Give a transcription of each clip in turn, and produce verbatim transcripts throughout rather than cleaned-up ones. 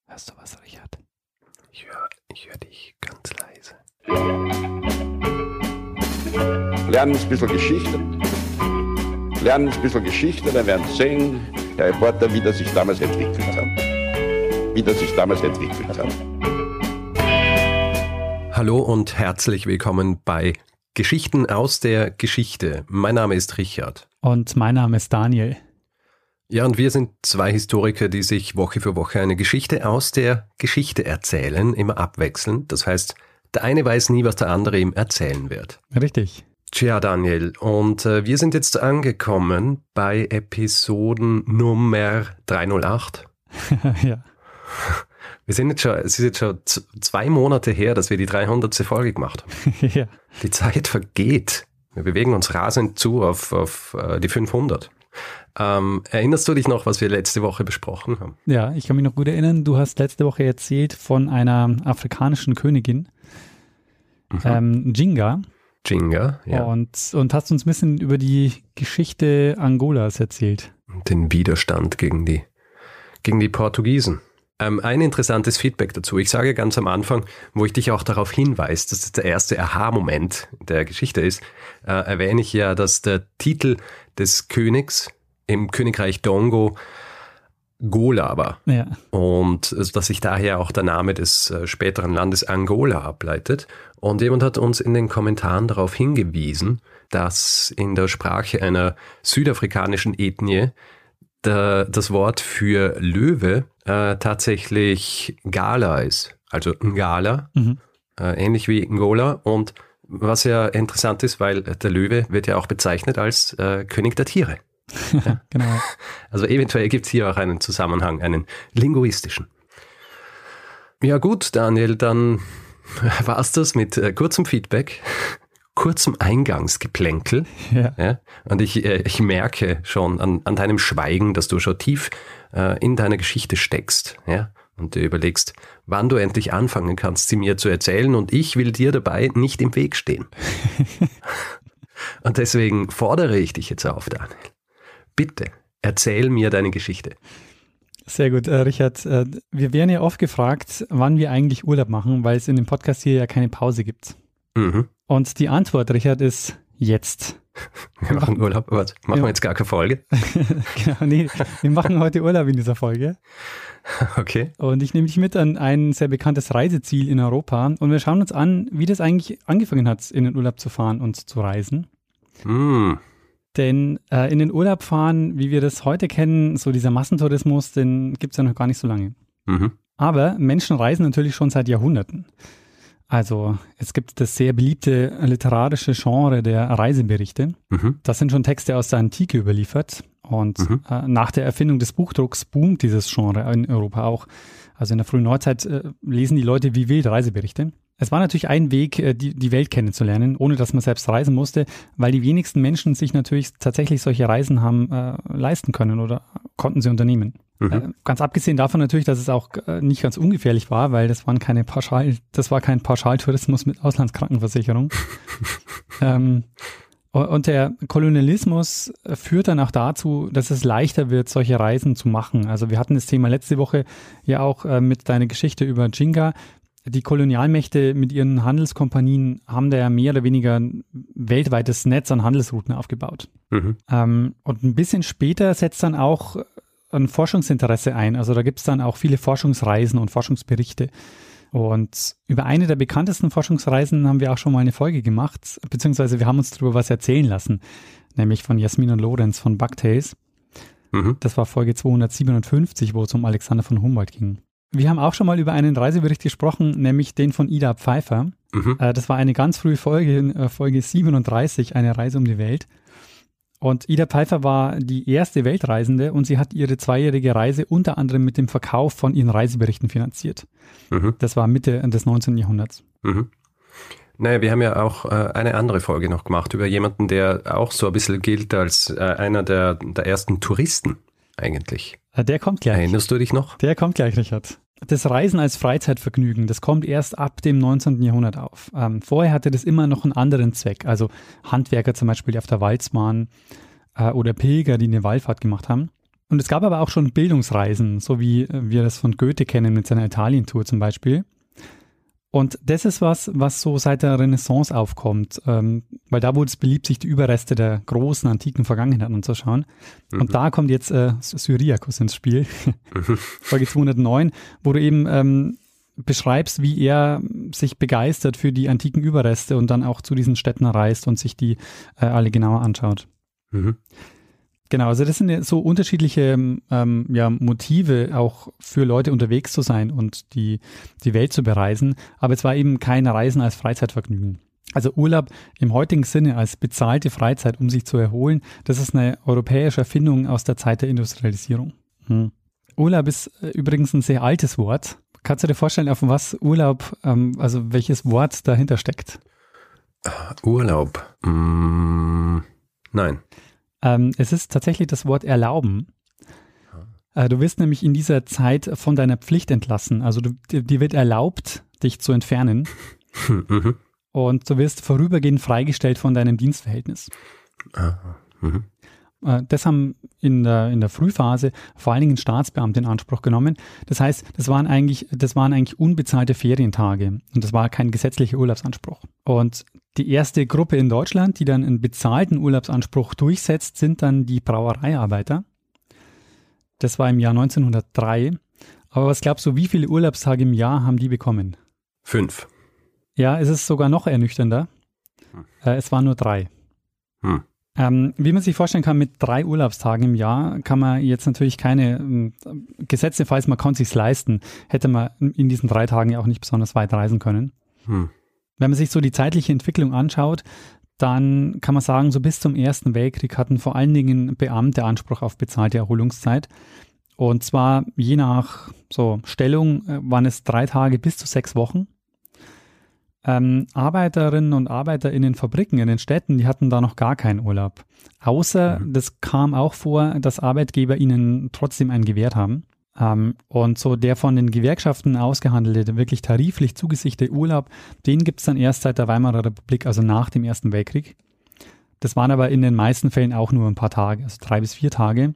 Hörst du was, Richard? Ich höre ich hör dich ganz leise. Lernen ein bisschen Geschichte. Lernen ein bisschen Geschichte, dann werden Sie sehen, Herr Reporter, wie das sich damals entwickelt hat. Wie das sich damals entwickelt hat. Hallo und herzlich willkommen bei Geschichten aus der Geschichte. Mein Name ist Richard. Und mein Name ist Daniel. Ja, und wir sind zwei Historiker, die sich Woche für Woche eine Geschichte aus der Geschichte erzählen, immer abwechselnd. Das heißt, der eine weiß nie, was der andere ihm erzählen wird. Richtig. Tja, Daniel, und äh, wir sind jetzt angekommen bei Episoden Nummer dreihundertacht. Ja. Wir sind jetzt schon, es ist jetzt schon z- zwei Monate her, dass wir die dreihundertste Folge gemacht haben. Ja. Die Zeit vergeht. Wir bewegen uns rasend zu auf, auf äh, die fünfhundert. Ähm, erinnerst du dich noch, was wir letzte Woche besprochen haben? Ja, ich kann mich noch gut erinnern, du hast letzte Woche erzählt von einer afrikanischen Königin, Mhm. ähm, Jinga, Jinga, ja. und, und hast uns ein bisschen über die Geschichte Angolas erzählt. Den Widerstand gegen die, gegen die Portugiesen. Ähm, ein interessantes Feedback dazu. Ich sage ganz am Anfang, wo ich dich auch darauf hinweise, dass das der erste Aha-Moment der Geschichte ist, äh, erwähne ich ja, dass der Titel des Königs im Königreich Dongo Gola war. Ja. Und also, dass sich daher auch der Name des äh, späteren Landes Angola ableitet. Und jemand hat uns in den Kommentaren darauf hingewiesen, dass in der Sprache einer südafrikanischen Ethnie der, das Wort für Löwe äh, tatsächlich Ngala ist. Also Ngala, Mhm. äh, ähnlich wie Ngola. Und was ja interessant ist, weil der Löwe wird ja auch bezeichnet als äh, König der Tiere. Ja, genau. Also eventuell gibt es hier auch einen Zusammenhang, einen linguistischen. Ja gut, Daniel, dann war es das mit äh, kurzem Feedback, kurzem Eingangsgeplänkel. Ja. Ja? Und ich, äh, ich merke schon an, an deinem Schweigen, dass du schon tief äh, in deiner Geschichte steckst. Ja? Und du überlegst, wann du endlich anfangen kannst, sie mir zu erzählen. Und ich will dir dabei nicht im Weg stehen. Und deswegen fordere ich dich jetzt auf, Daniel. Bitte, erzähl mir deine Geschichte. Sehr gut, äh, Richard. Äh, wir werden ja oft gefragt, wann wir eigentlich Urlaub machen, weil es in dem Podcast hier ja keine Pause gibt. Mhm. Und die Antwort, Richard, ist jetzt. Wir machen Urlaub, aber machen wir jetzt gar keine Folge. Genau, nee, wir machen heute Urlaub in dieser Folge. Okay. Und ich nehme dich mit an ein sehr bekanntes Reiseziel in Europa. Und wir schauen uns an, wie das eigentlich angefangen hat, in den Urlaub zu fahren und zu reisen. Hm. Denn äh, in den Urlaub fahren, wie wir das heute kennen, so dieser Massentourismus, den gibt es ja noch gar nicht so lange. Mhm. Aber Menschen reisen natürlich schon seit Jahrhunderten. Also es gibt das sehr beliebte literarische Genre der Reiseberichte. Mhm. Das sind schon Texte aus der Antike überliefert. Und Mhm. äh, nach der Erfindung des Buchdrucks boomt dieses Genre in Europa auch. Also in der frühen Neuzeit äh, lesen die Leute wie wild Reiseberichte. Es war natürlich ein Weg, äh, die, die Welt kennenzulernen, ohne dass man selbst reisen musste, weil die wenigsten Menschen sich natürlich tatsächlich solche Reisen haben äh, leisten können oder konnten sie unternehmen. Mhm. Äh, ganz abgesehen davon natürlich, dass es auch äh, nicht ganz ungefährlich war, weil das waren keine Pauschal, das war kein Pauschaltourismus mit Auslandskrankenversicherung. ähm, Und der Kolonialismus führt dann auch dazu, dass es leichter wird, solche Reisen zu machen. Also wir hatten das Thema letzte Woche ja auch äh, mit deiner Geschichte über Jinga. Die Kolonialmächte mit ihren Handelskompanien haben da ja mehr oder weniger ein weltweites Netz an Handelsrouten aufgebaut. Mhm. Ähm, und ein bisschen später setzt dann auch ein Forschungsinteresse ein. Also da gibt es dann auch viele Forschungsreisen und Forschungsberichte. Und über eine der bekanntesten Forschungsreisen haben wir auch schon mal eine Folge gemacht, beziehungsweise wir haben uns darüber was erzählen lassen, nämlich von Jasmin und Lorenz von Bugtails. Mhm. Das war Folge zweihundertsiebenundfünfzig, wo es um Alexander von Humboldt ging. Wir haben auch schon mal über einen Reisebericht gesprochen, nämlich den von Ida Pfeiffer. Mhm. Äh, das war eine ganz frühe Folge, äh, Folge siebenunddreißig, eine Reise um die Welt. Und Ida Pfeiffer war die erste Weltreisende und sie hat ihre zweijährige Reise unter anderem mit dem Verkauf von ihren Reiseberichten finanziert. Mhm. Das war Mitte des neunzehnten Jahrhunderts. Mhm. Naja, wir haben ja auch äh, eine andere Folge noch gemacht über jemanden, der auch so ein bisschen gilt als äh, einer der, der ersten Touristen eigentlich. Äh, Der kommt gleich. Erinnerst du dich noch? Der kommt gleich, Richard. Das Reisen als Freizeitvergnügen, das kommt erst ab dem neunzehnten Jahrhundert auf. Ähm, vorher hatte das immer noch einen anderen Zweck. Also Handwerker zum Beispiel, die auf der Walzbahn äh, oder Pilger, die eine Wallfahrt gemacht haben. Und es gab aber auch schon Bildungsreisen, so wie wir das von Goethe kennen mit seiner Italien-Tour zum Beispiel. Und das ist was, was so seit der Renaissance aufkommt, ähm, weil da wurde es beliebt, sich die Überreste der großen antiken Vergangenheit anzuschauen. Mhm. Und da kommt jetzt äh, Syriacus ins Spiel, mhm. Folge zweihundertneun, wo du eben ähm, beschreibst, wie er sich begeistert für die antiken Überreste und dann auch zu diesen Städten reist und sich die äh, alle genauer anschaut. Mhm. Genau, also das sind so unterschiedliche ähm, ja, Motive, auch für Leute unterwegs zu sein und die, die Welt zu bereisen. Aber es war eben kein Reisen als Freizeitvergnügen. Also Urlaub im heutigen Sinne als bezahlte Freizeit, um sich zu erholen, das ist eine europäische Erfindung aus der Zeit der Industrialisierung. Hm. Urlaub ist äh, übrigens ein sehr altes Wort. Kannst du dir vorstellen, auf was Urlaub, ähm, also welches Wort dahinter steckt? Urlaub? Mm, nein. Ähm, es ist tatsächlich das Wort erlauben. Äh, du wirst nämlich in dieser Zeit von deiner Pflicht entlassen. Also du, dir wird erlaubt, dich zu entfernen. Mhm. Und du wirst vorübergehend freigestellt von deinem Dienstverhältnis. Mhm. Äh, das haben in der, in der Frühphase vor allen Dingen Staatsbeamte in Anspruch genommen. Das heißt, das waren eigentlich, das waren eigentlich unbezahlte Ferientage. Und das war kein gesetzlicher Urlaubsanspruch. Und die erste Gruppe in Deutschland, die dann einen bezahlten Urlaubsanspruch durchsetzt, sind dann die Brauereiarbeiter. Das war im Jahr neunzehnhundertdrei. Aber was glaubst du, wie viele Urlaubstage im Jahr haben die bekommen? Fünf. Ja, es ist sogar noch ernüchternder. Hm. Äh, es waren nur drei. Hm. Ähm, wie man sich vorstellen kann, mit drei Urlaubstagen im Jahr kann man jetzt natürlich keine ähm, Gesetze, falls man konnte sich's leisten, hätte man in diesen drei Tagen ja auch nicht besonders weit reisen können. Hm. Wenn man sich so die zeitliche Entwicklung anschaut, dann kann man sagen, so bis zum Ersten Weltkrieg hatten vor allen Dingen Beamte Anspruch auf bezahlte Erholungszeit. Und zwar je nach so Stellung äh, waren es drei Tage bis zu sechs Wochen. Ähm, Arbeiterinnen und Arbeiter in den Fabriken, in den Städten, die hatten da noch gar keinen Urlaub. Außer, mhm. das kam auch vor, dass Arbeitgeber ihnen trotzdem einen gewährt haben. Um, und so der von den Gewerkschaften ausgehandelte, wirklich tariflich zugesicherte Urlaub, den gibt es dann erst seit der Weimarer Republik, also nach dem Ersten Weltkrieg. Das waren aber in den meisten Fällen auch nur ein paar Tage, also drei bis vier Tage.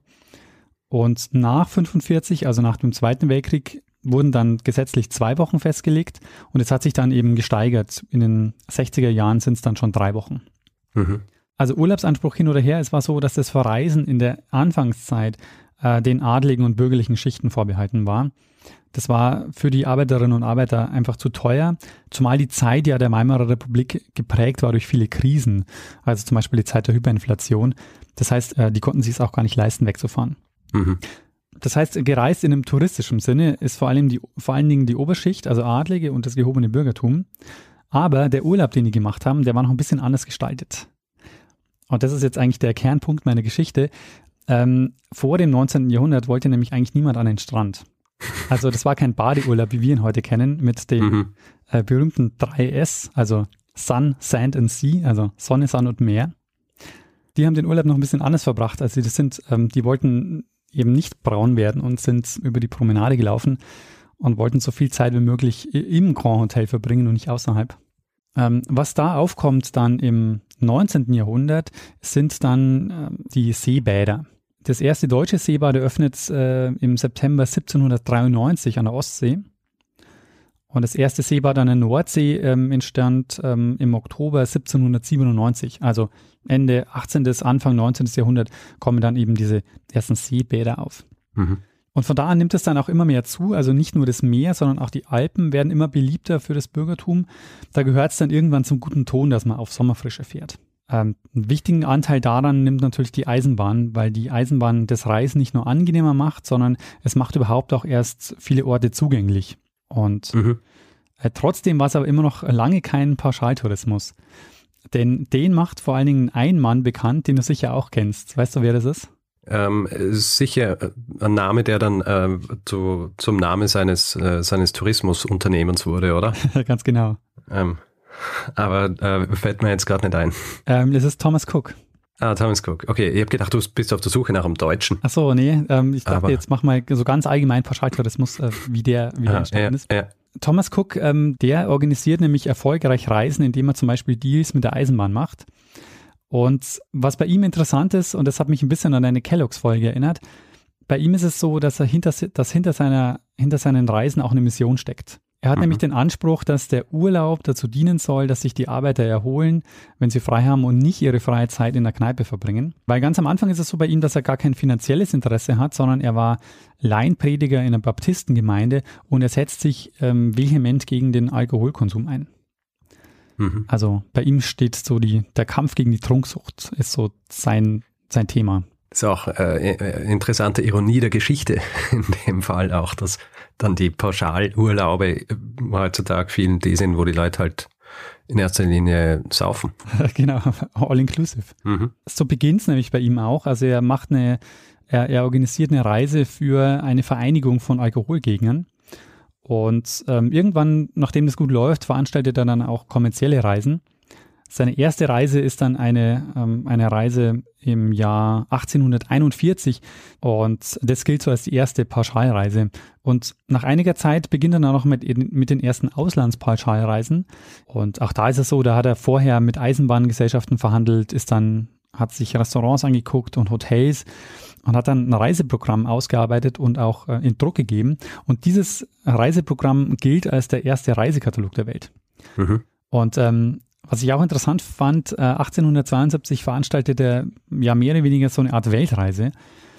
Und nach fünfundvierzig, also nach dem Zweiten Weltkrieg, wurden dann gesetzlich zwei Wochen festgelegt und es hat sich dann eben gesteigert. In den sechziger Jahren sind es dann schon drei Wochen. Mhm. Also Urlaubsanspruch hin oder her, es war so, dass das Verreisen in der Anfangszeit den adligen und bürgerlichen Schichten vorbehalten war. Das war für die Arbeiterinnen und Arbeiter einfach zu teuer, zumal die Zeit ja der Weimarer Republik geprägt war durch viele Krisen, also zum Beispiel die Zeit der Hyperinflation. Das heißt, die konnten sich es auch gar nicht leisten, wegzufahren. Mhm. Das heißt, gereist in einem touristischen Sinne ist vor allem die, vor allen Dingen die Oberschicht, also Adlige und das gehobene Bürgertum. Aber der Urlaub, den die gemacht haben, der war noch ein bisschen anders gestaltet. Und das ist jetzt eigentlich der Kernpunkt meiner Geschichte. Ähm, vor dem neunzehnten Jahrhundert wollte nämlich eigentlich niemand an den Strand. Also das war kein Badeurlaub, wie wir ihn heute kennen, mit den mhm. äh, berühmten drei S, also Sun, Sand and Sea, also Sonne, Sand und Meer. Die haben den Urlaub noch ein bisschen anders verbracht. Also das sind, ähm, die wollten eben nicht braun werden und sind über die Promenade gelaufen und wollten so viel Zeit wie möglich im Grand Hotel verbringen und nicht außerhalb. Ähm, was da aufkommt dann im neunzehnten Jahrhundert, sind dann äh, die Seebäder. Das erste deutsche Seebad eröffnet äh, im September siebzehnhundertdreiundneunzig an der Ostsee. Und das erste Seebad an der Nordsee ähm, entstand ähm, im Oktober siebzehnhundertsiebenundneunzig. Also Ende achtzehnten. Anfang neunzehnten. Jahrhundert kommen dann eben diese ersten Seebäder auf. Mhm. Und von da an nimmt es dann auch immer mehr zu. Also nicht nur das Meer, sondern auch die Alpen werden immer beliebter für das Bürgertum. Da gehört es dann irgendwann zum guten Ton, dass man auf Sommerfrische fährt. Ähm, einen wichtigen Anteil daran nimmt natürlich die Eisenbahn, weil die Eisenbahn das Reisen nicht nur angenehmer macht, sondern es macht überhaupt auch erst viele Orte zugänglich. Und mhm. äh, trotzdem war es aber immer noch lange kein Pauschaltourismus. Denn den macht vor allen Dingen ein Mann bekannt, den du sicher auch kennst. Weißt du, wer das ist? Ähm, sicher ein Name, der dann äh, zu, zum Namen seines, äh, seines Tourismusunternehmens wurde, oder? Ganz genau. Ähm, aber äh, fällt mir jetzt gerade nicht ein. Ähm, das ist Thomas Cook. Ah, Thomas Cook. Okay, ich habe gedacht, du bist auf der Suche nach einem Deutschen. Ach so, nee. Ähm, ich dachte, aber jetzt mach mal so ganz allgemein Pauschaltourismus, äh, wie der, wie der ah, entstanden ja, ist. Ja. Thomas Cook, ähm, der organisiert nämlich erfolgreich Reisen, indem er zum Beispiel Deals mit der Eisenbahn macht. Und was bei ihm interessant ist, und das hat mich ein bisschen an eine Kelloggs-Folge erinnert, bei ihm ist es so, dass er hinter, dass hinter, seiner, hinter seinen Reisen auch eine Mission steckt. Er hat mhm. nämlich den Anspruch, dass der Urlaub dazu dienen soll, dass sich die Arbeiter erholen, wenn sie frei haben und nicht ihre freie Zeit in der Kneipe verbringen. Weil ganz am Anfang ist es so bei ihm, dass er gar kein finanzielles Interesse hat, sondern er war Laienprediger in einer Baptistengemeinde und er setzt sich ähm, vehement gegen den Alkoholkonsum ein. Mhm. Also bei ihm steht so die, der Kampf gegen die Trunksucht, ist so sein, sein Thema. Das ist auch äh, interessante Ironie der Geschichte in dem Fall auch, dass dann die Pauschalurlaube heutzutage vielen die sind, wo die Leute halt in erster Linie saufen. Genau, all inclusive. Mhm. So beginnt es nämlich bei ihm auch. Also er macht eine, er, er organisiert eine Reise für eine Vereinigung von Alkoholgegnern. Und ähm, irgendwann, nachdem das gut läuft, veranstaltet er dann auch kommerzielle Reisen. Seine erste Reise ist dann eine, ähm, eine Reise im Jahr achtzehnhunderteinundvierzig und das gilt so als die erste Pauschalreise. Und nach einiger Zeit beginnt er dann noch mit, mit den ersten Auslandspauschalreisen. Und auch da ist es so, da hat er vorher mit Eisenbahngesellschaften verhandelt, ist dann, hat sich Restaurants angeguckt und Hotels und hat dann ein Reiseprogramm ausgearbeitet und auch äh, in Druck gegeben. Und dieses Reiseprogramm gilt als der erste Reisekatalog der Welt. Mhm. Und ähm, was ich auch interessant fand, äh, achtzehnhundertzweiundsiebzig veranstaltete er ja mehr oder weniger so eine Art Weltreise.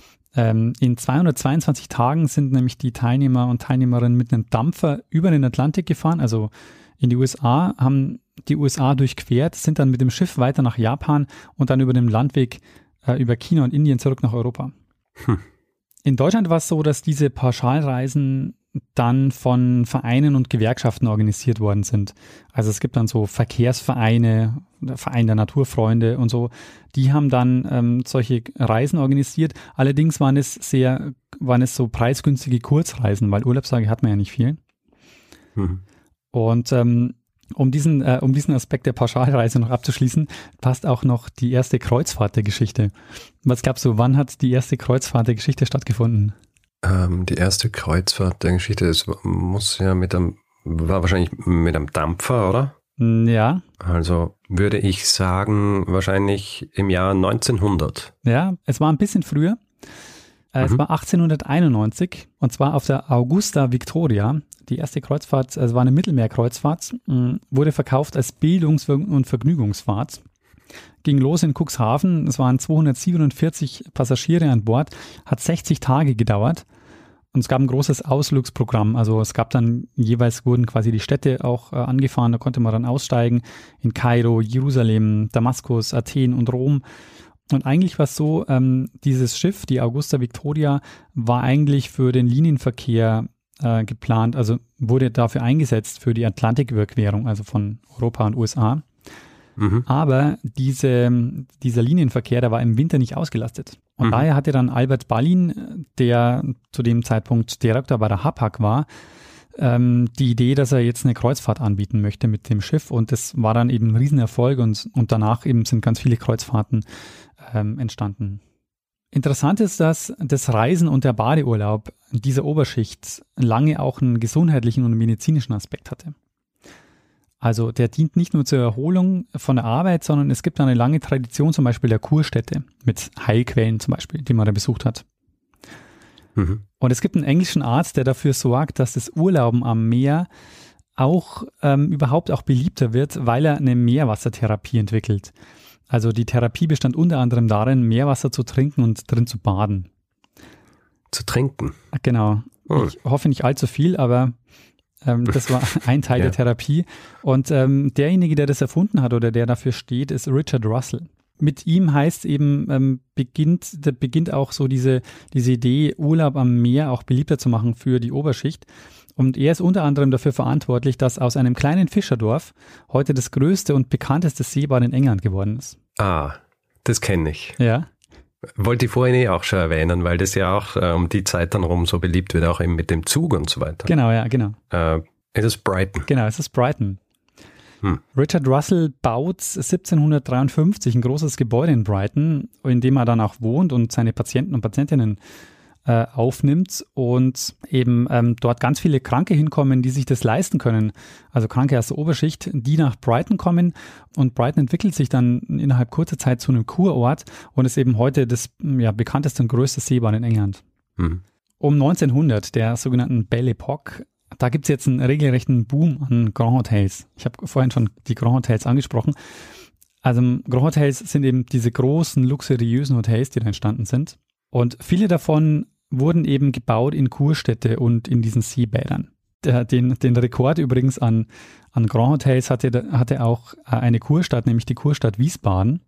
Ähm, in zweihundertzweiundzwanzig Tagen sind nämlich die Teilnehmer und Teilnehmerinnen mit einem Dampfer über den Atlantik gefahren, also in die U S A, haben die U S A durchquert, sind dann mit dem Schiff weiter nach Japan und dann über den Landweg äh, über China und Indien zurück nach Europa. Hm. In Deutschland war es so, dass diese Pauschalreisen dann von Vereinen und Gewerkschaften organisiert worden sind. Also es gibt dann so Verkehrsvereine, der Verein der Naturfreunde und so, die haben dann ähm, solche Reisen organisiert. Allerdings waren es sehr, waren es so preisgünstige Kurzreisen, weil Urlaubstage hat man ja nicht viel. Mhm. Und ähm, um diesen, äh, um diesen Aspekt der Pauschalreise noch abzuschließen, passt auch noch die erste Kreuzfahrt der Geschichte. Was glaubst du, wann hat die erste Kreuzfahrt der Geschichte stattgefunden? Ähm, die erste Kreuzfahrt der Geschichte, das muss ja mit einem, war wahrscheinlich mit einem Dampfer, oder? Ja. Also würde ich sagen, wahrscheinlich im Jahr neunzehnhundert. Ja, es war ein bisschen früher. Äh, mhm. Es war achtzehnhunderteinundneunzig und zwar auf der Augusta Victoria. Die erste Kreuzfahrt, also war eine Mittelmeerkreuzfahrt, mh, wurde verkauft als Bildungs- und Vergnügungsfahrt. Ging los in Cuxhaven, es waren zweihundertsiebenundvierzig Passagiere an Bord, hat sechzig Tage gedauert und es gab ein großes Ausflugsprogramm, also es gab dann, jeweils wurden quasi die Städte auch äh, angefahren, da konnte man dann aussteigen in Kairo, Jerusalem, Damaskus, Athen und Rom. Und eigentlich war es so, ähm, dieses Schiff, die Augusta Victoria, war eigentlich für den Linienverkehr äh, geplant, also wurde dafür eingesetzt für die Atlantiküberquerung, also von Europa und U S A. Mhm. Aber diese, dieser Linienverkehr, der war im Winter nicht ausgelastet. Und mhm. daher hatte dann Albert Ballin, der zu dem Zeitpunkt Direktor bei der Hapag war, ähm, die Idee, dass er jetzt eine Kreuzfahrt anbieten möchte mit dem Schiff. Und das war dann eben ein Riesenerfolg und, und danach eben sind ganz viele Kreuzfahrten ähm, entstanden. Interessant ist, dass das Reisen und der Badeurlaub dieser Oberschicht lange auch einen gesundheitlichen und medizinischen Aspekt hatte. Also der dient nicht nur zur Erholung von der Arbeit, sondern es gibt eine lange Tradition zum Beispiel der Kurstätte mit Heilquellen zum Beispiel, die man da besucht hat. Mhm. Und es gibt einen englischen Arzt, der dafür sorgt, dass das Urlauben am Meer auch ähm, überhaupt auch beliebter wird, weil er eine Meerwassertherapie entwickelt. Also die Therapie bestand unter anderem darin, Meerwasser zu trinken und drin zu baden. Zu trinken? Genau. Oh. Ich hoffe nicht allzu viel, aber Ähm, das war ein Teil ja. der Therapie. Und ähm, derjenige, der das erfunden hat oder der dafür steht, ist Richard Russell. Mit ihm heißt eben, ähm, beginnt, da beginnt auch so diese, diese Idee, Urlaub am Meer auch beliebter zu machen für die Oberschicht. Und er ist unter anderem dafür verantwortlich, dass aus einem kleinen Fischerdorf heute das größte und bekannteste Seebad in England geworden ist. Ah, das kenne ich. Ja. Wollte ich vorhin eh auch schon erwähnen, weil das ja auch äh, um die Zeit dann rum so beliebt wird, auch eben mit dem Zug und so weiter. Genau, ja, genau. Äh, es ist Brighton. Genau, es ist Brighton. Hm. Richard Russell baut siebzehnhundertdreiundfünfzig ein großes Gebäude in Brighton, in dem er dann auch wohnt und seine Patienten und Patientinnen äh, aufnimmt und eben ähm, dort ganz viele Kranke hinkommen, die sich das leisten können. Also Kranke aus der Oberschicht, die nach Brighton kommen und Brighton entwickelt sich dann innerhalb kurzer Zeit zu einem Kurort und ist eben heute das ja, bekannteste und größte Seebad in England. Mhm. Um neunzehnhundert, der sogenannten Belle Époque, da gibt es jetzt einen regelrechten Boom an Grand Hotels. Ich habe vorhin schon die Grand Hotels angesprochen. Also Grand Hotels sind eben diese großen, luxuriösen Hotels, die da entstanden sind. Und viele davon wurden eben gebaut in Kurstädte und in diesen Seebädern. Der, den, den Rekord übrigens an, an Grand Hotels hatte, hatte auch eine Kurstadt, nämlich die Kurstadt Wiesbaden.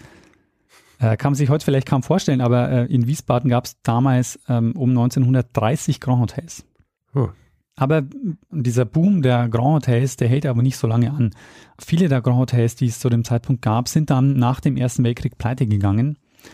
Äh, kann man sich heute vielleicht kaum vorstellen, aber äh, in Wiesbaden gab es damals ähm, um neunzehnhundertdreißig Grand Hotels. Hm. Aber dieser Boom der Grand Hotels, der hält aber nicht so lange an. Viele der Grand Hotels, die es zu dem Zeitpunkt gab, sind dann nach dem Ersten Weltkrieg pleite gegangen.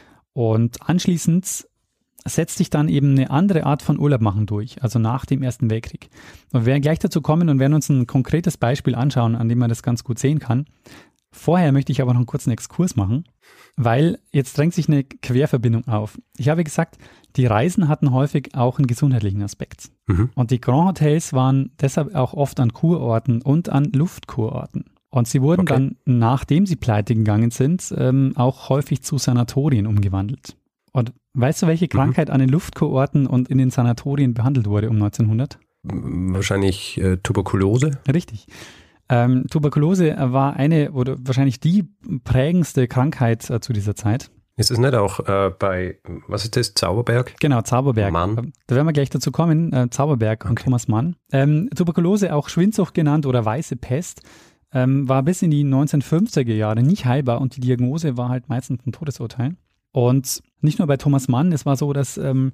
Und anschließend setzt sich dann eben eine andere Art von Urlaub machen durch, also nach dem Ersten Weltkrieg. Wir werden gleich dazu kommen und werden uns ein konkretes Beispiel anschauen, an dem man das ganz gut sehen kann. Vorher möchte ich aber noch einen kurzen Exkurs machen, weil jetzt drängt sich eine Querverbindung auf. Ich habe gesagt, die Reisen hatten häufig auch einen gesundheitlichen Aspekt. Mhm. Und die Grand Hotels waren deshalb auch oft an Kurorten und an Luftkurorten. Und sie wurden okay. dann, nachdem sie pleite gegangen sind, ähm, auch häufig zu Sanatorien umgewandelt. Und weißt du, welche Krankheit mhm. an den Luftkurorten und in den Sanatorien behandelt wurde um neunzehnhundert? Wahrscheinlich äh, Tuberkulose. Richtig. Ähm, Tuberkulose war eine oder wahrscheinlich die prägendste Krankheit äh, zu dieser Zeit. Ist es nicht auch äh, bei, was ist das, Zauberberg? Genau, Zauberberg. Mann. Da werden wir gleich dazu kommen, äh, Zauberberg okay. und Thomas Mann. Ähm, Tuberkulose, auch Schwindsucht genannt oder weiße Pest, ähm, war bis in die neunzehnhundertfünfziger Jahre nicht heilbar und die Diagnose war halt meistens ein Todesurteil. Und nicht nur bei Thomas Mann, es war so, dass ähm,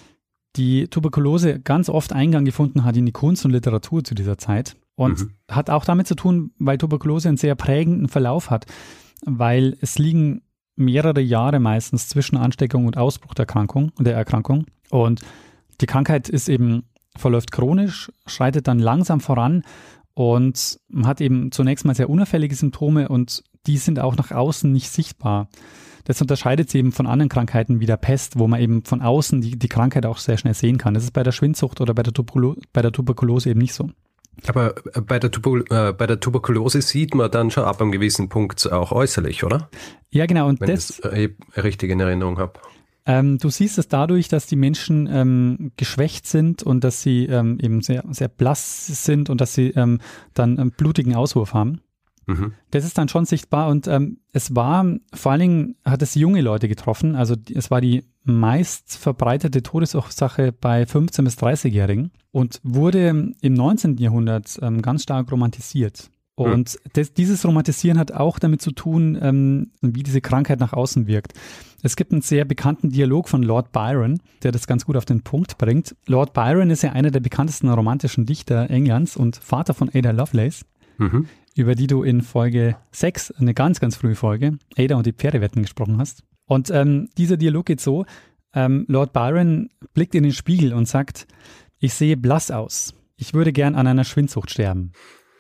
die Tuberkulose ganz oft Eingang gefunden hat in die Kunst und Literatur zu dieser Zeit. Und mhm. hat auch damit zu tun, weil Tuberkulose einen sehr prägenden Verlauf hat, weil es liegen mehrere Jahre meistens zwischen Ansteckung und Ausbruch der Erkrankung, der Erkrankung. Und die Krankheit ist eben, verläuft chronisch, schreitet dann langsam voran und hat eben zunächst mal sehr unauffällige Symptome und die sind auch nach außen nicht sichtbar. Das unterscheidet sie eben von anderen Krankheiten wie der Pest, wo man eben von außen die, die Krankheit auch sehr schnell sehen kann. Das ist bei der Schwindsucht oder bei der, Tuberkulo- bei der Tuberkulose eben nicht so. Aber bei der, Tuber, äh, bei der Tuberkulose sieht man dann schon ab einem gewissen Punkt auch äußerlich, oder? Ja, genau. Und wenn das, ich das richtig in Erinnerung habe. Ähm, du siehst es dadurch, dass die Menschen ähm, geschwächt sind und dass sie ähm, eben sehr, sehr blass sind und dass sie ähm, dann einen blutigen Auswurf haben. Mhm. Das ist dann schon sichtbar und ähm, es war, vor allen Dingen hat es junge Leute getroffen, also die, es war die meist verbreitete Todesursache bei fünfzehn- bis dreißigjährigen und wurde im neunzehnten Jahrhundert ähm, ganz stark romantisiert. Und mhm. das, dieses Romantisieren hat auch damit zu tun, ähm, wie diese Krankheit nach außen wirkt. Es gibt einen sehr bekannten Dialog von Lord Byron, der das ganz gut auf den Punkt bringt. Lord Byron ist ja einer der bekanntesten romantischen Dichter Englands und Vater von Ada Lovelace. Mhm. Über die du in Folge sechs, eine ganz, ganz frühe Folge, Ada und die Pferdewetten gesprochen hast. Und ähm, dieser Dialog geht so, ähm, Lord Byron blickt in den Spiegel und sagt, ich sehe blass aus. Ich würde gern an einer Schwindsucht sterben.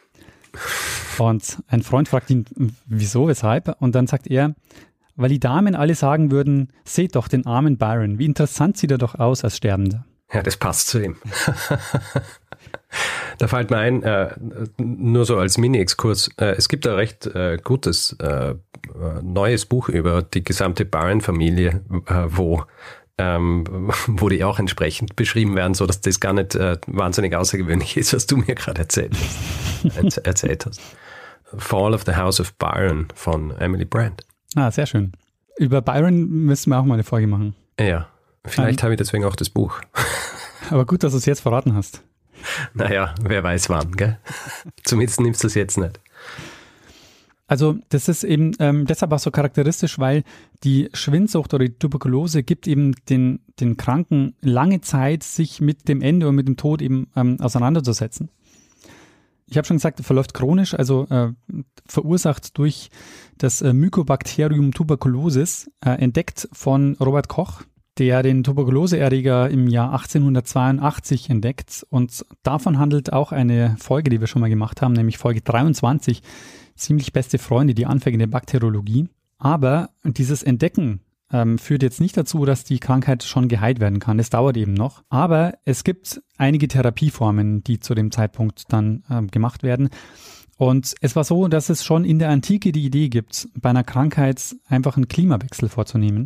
Und ein Freund fragt ihn, wieso, weshalb? Und dann sagt er, weil die Damen alle sagen würden, seht doch den armen Byron, wie interessant sieht er doch aus als Sterbender. Ja, das passt zu ihm. Da fällt mir ein, äh, nur so als Mini-Exkurs, äh, es gibt ein recht äh, gutes äh, neues Buch über die gesamte Byron-Familie, äh, wo, ähm, wo die auch entsprechend beschrieben werden, so dass das gar nicht äh, wahnsinnig außergewöhnlich ist, was du mir gerade erzählt hast. erzählt hast. Fall of the House of Byron von Emily Brand. Ah, sehr schön. Über Byron müssen wir auch mal eine Folge machen. Ja, vielleicht um, habe ich deswegen auch das Buch. Aber gut, dass du es jetzt verraten hast. Naja, wer weiß wann, gell? Zumindest nimmst du es jetzt nicht. Also das ist eben ähm, deshalb auch so charakteristisch, weil die Schwindsucht oder die Tuberkulose gibt eben den, den Kranken lange Zeit, sich mit dem Ende und mit dem Tod eben ähm, auseinanderzusetzen. Ich habe schon gesagt, verläuft chronisch, also äh, verursacht durch das äh, Mycobacterium tuberculosis, äh, entdeckt von Robert Koch, der den Tuberkuloseerreger im Jahr achtzehnhundertzweiundachtzig entdeckt. Und davon handelt auch eine Folge, die wir schon mal gemacht haben, nämlich Folge dreiundzwanzig, ziemlich beste Freunde, die Anfänge der Bakteriologie. Aber dieses Entdecken ähm, führt jetzt nicht dazu, dass die Krankheit schon geheilt werden kann. Das dauert eben noch. Aber es gibt einige Therapieformen, die zu dem Zeitpunkt dann ähm, gemacht werden. Und es war so, dass es schon in der Antike die Idee gibt, bei einer Krankheit einfach einen Klimawechsel vorzunehmen.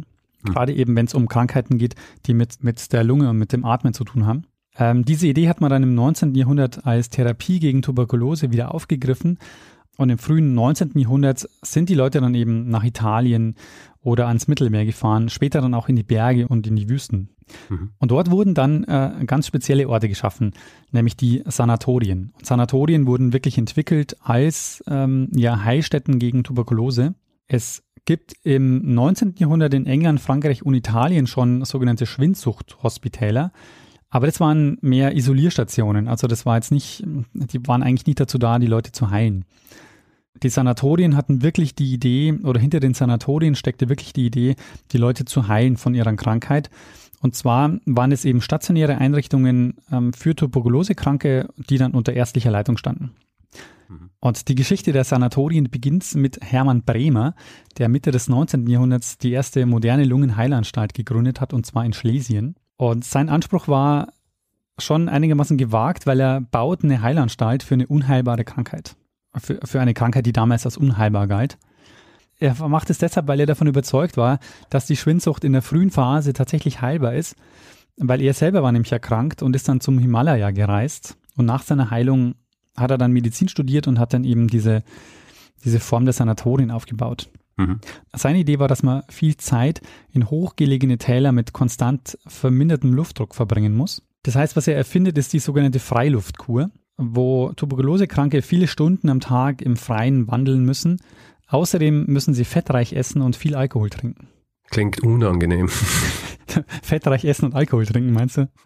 Mhm. Gerade eben, wenn es um Krankheiten geht, die mit, mit der Lunge und mit dem Atmen zu tun haben. Ähm, diese Idee hat man dann im neunzehnten Jahrhundert als Therapie gegen Tuberkulose wieder aufgegriffen. Und im frühen neunzehnten Jahrhundert sind die Leute dann eben nach Italien oder ans Mittelmeer gefahren, später dann auch in die Berge und in die Wüsten. Mhm. Und dort wurden dann äh, ganz spezielle Orte geschaffen, nämlich die Sanatorien. Und Sanatorien wurden wirklich entwickelt als ähm, ja, Heilstätten gegen Tuberkulose. Es gibt im neunzehnten Jahrhundert in England, Frankreich und Italien schon sogenannte Schwindsuchthospitäler. Aber das waren mehr Isolierstationen. Also das war jetzt nicht, die waren eigentlich nicht dazu da, die Leute zu heilen. Die Sanatorien hatten wirklich die Idee, oder hinter den Sanatorien steckte wirklich die Idee, die Leute zu heilen von ihrer Krankheit. Und zwar waren es eben stationäre Einrichtungen ähm, für Tuberkulosekranke, die dann unter ärztlicher Leitung standen. Mhm. Und die Geschichte der Sanatorien beginnt mit Hermann Bremer, der Mitte des neunzehnten Jahrhunderts die erste moderne Lungenheilanstalt gegründet hat, und zwar in Schlesien. Und sein Anspruch war schon einigermaßen gewagt, weil er baut eine Heilanstalt für eine unheilbare Krankheit. Für, für eine Krankheit, die damals als unheilbar galt. Er macht es deshalb, weil er davon überzeugt war, dass die Schwindsucht in der frühen Phase tatsächlich heilbar ist, weil er selber war nämlich erkrankt und ist dann zum Himalaya gereist. Und nach seiner Heilung hat er dann Medizin studiert und hat dann eben diese, diese Form der Sanatorien aufgebaut. Mhm. Seine Idee war, dass man viel Zeit in hochgelegene Täler mit konstant vermindertem Luftdruck verbringen muss. Das heißt, was er erfindet, ist die sogenannte Freiluftkur, wo Tuberkulosekranke viele Stunden am Tag im Freien wandeln müssen. Außerdem müssen sie fettreich essen und viel Alkohol trinken. Klingt unangenehm. Fettreich essen und Alkohol trinken, meinst du?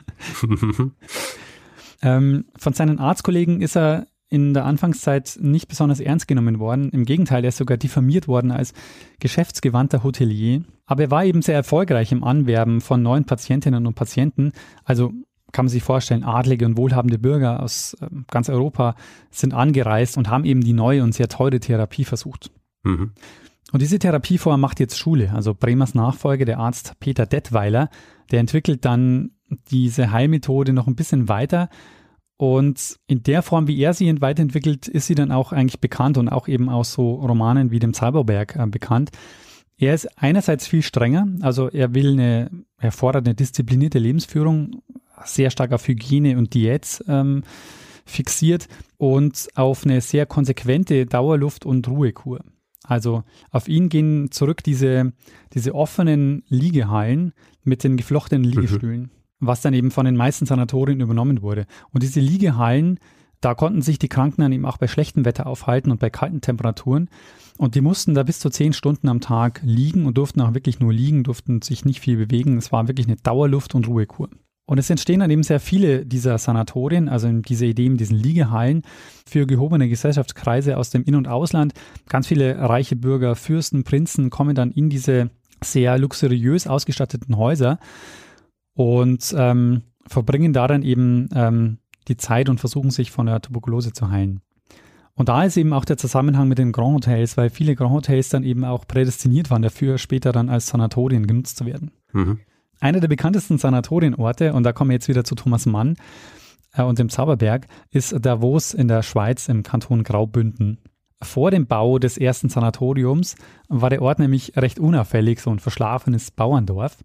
ähm, von seinen Arztkollegen ist er in der Anfangszeit nicht besonders ernst genommen worden. Im Gegenteil, er ist sogar diffamiert worden als geschäftsgewandter Hotelier. Aber er war eben sehr erfolgreich im Anwerben von neuen Patientinnen und Patienten. Also kann man sich vorstellen, adlige und wohlhabende Bürger aus äh, ganz Europa sind angereist und haben eben die neue und sehr teure Therapie versucht. Mhm. Und diese Therapieform macht jetzt Schule. Also Bremers Nachfolger, der Arzt Peter Dettweiler, der entwickelt dann diese Heilmethode noch ein bisschen weiter. Und in der Form, wie er sie weiterentwickelt, ist sie dann auch eigentlich bekannt und auch eben aus so Romanen wie dem Zauberberg äh, bekannt. Er ist einerseits viel strenger, also er will eine, er fordert eine disziplinierte Lebensführung, sehr stark auf Hygiene und Diät ähm, fixiert und auf eine sehr konsequente Dauerluft- und Ruhekur. Also auf ihn gehen zurück diese, diese offenen Liegehallen mit den geflochtenen Liegestühlen, mhm. was dann eben von den meisten Sanatorien übernommen wurde. Und diese Liegehallen, da konnten sich die Kranken dann eben auch bei schlechtem Wetter aufhalten und bei kalten Temperaturen. Und die mussten da bis zu zehn Stunden am Tag liegen und durften auch wirklich nur liegen, durften sich nicht viel bewegen. Es war wirklich eine Dauerluft- und Ruhekur. Und es entstehen dann eben sehr viele dieser Sanatorien, also diese Ideen, diesen Liegehallen für gehobene Gesellschaftskreise aus dem In- und Ausland. Ganz viele reiche Bürger, Fürsten, Prinzen kommen dann in diese sehr luxuriös ausgestatteten Häuser und ähm, verbringen darin eben ähm, die Zeit und versuchen sich von der Tuberkulose zu heilen. Und da ist eben auch der Zusammenhang mit den Grand Hotels, weil viele Grand Hotels dann eben auch prädestiniert waren dafür, später dann als Sanatorien genutzt zu werden. Mhm. Einer der bekanntesten Sanatorienorte, und da kommen wir jetzt wieder zu Thomas Mann äh, und dem Zauberberg, ist Davos in der Schweiz im Kanton Graubünden. Vor dem Bau des ersten Sanatoriums war der Ort nämlich recht unauffällig, so ein verschlafenes Bauerndorf.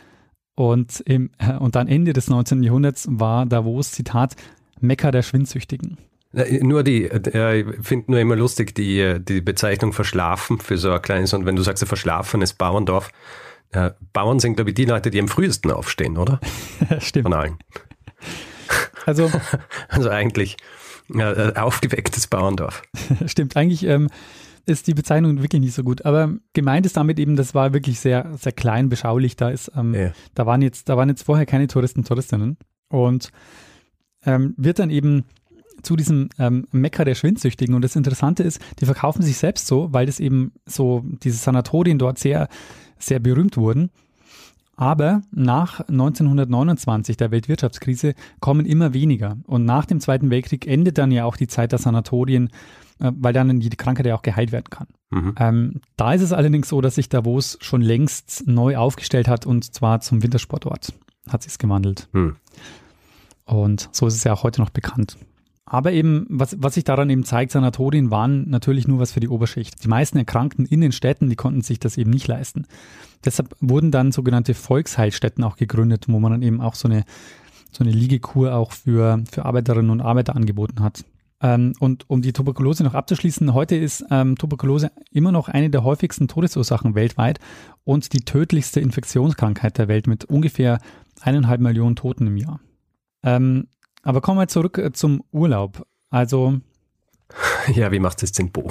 Und, im, äh, und dann Ende des neunzehnten Jahrhunderts war Davos, Zitat, Mekka der Schwindsüchtigen. Nur die, äh, ich finde nur immer lustig die, die Bezeichnung verschlafen für so ein kleines, und wenn du sagst, ein verschlafenes Bauerndorf, äh, Bauern sind, glaube ich, die Leute, die am frühesten aufstehen, oder? Stimmt. Von allen. Also, also eigentlich äh, aufgewecktes Bauerndorf. Stimmt, eigentlich ähm, ist die Bezeichnung wirklich nicht so gut, aber gemeint ist damit eben, das war wirklich sehr, sehr klein, beschaulich, da ist, ähm, ja. da waren jetzt, da waren jetzt vorher keine Touristen, Touristinnen und ähm, wird dann eben zu diesem ähm, Mekka der Schwindsüchtigen. Und das Interessante ist, die verkaufen sich selbst so, weil das eben so, diese Sanatorien dort sehr, sehr berühmt wurden. Aber nach neunzehnhundertneunundzwanzig, der Weltwirtschaftskrise, kommen immer weniger. Und nach dem Zweiten Weltkrieg endet dann ja auch die Zeit der Sanatorien, äh, weil dann die Krankheit ja auch geheilt werden kann. Mhm. Ähm, da ist es allerdings so, dass sich Davos schon längst neu aufgestellt hat, und zwar zum Wintersportort hat sich es gewandelt. Mhm. Und so ist es ja auch heute noch bekannt. Aber eben, was, was sich daran eben zeigt, Sanatorien waren natürlich nur was für die Oberschicht. Die meisten Erkrankten in den Städten, die konnten sich das eben nicht leisten. Deshalb wurden dann sogenannte Volksheilstätten auch gegründet, wo man dann eben auch so eine, so eine Liegekur auch für, für Arbeiterinnen und Arbeiter angeboten hat. Ähm, und um die Tuberkulose noch abzuschließen, heute ist ähm, Tuberkulose immer noch eine der häufigsten Todesursachen weltweit und die tödlichste Infektionskrankheit der Welt mit ungefähr eineinhalb Millionen Toten im Jahr. Ähm, Aber kommen wir zurück zum Urlaub. Also ja, wie macht es den Bogen?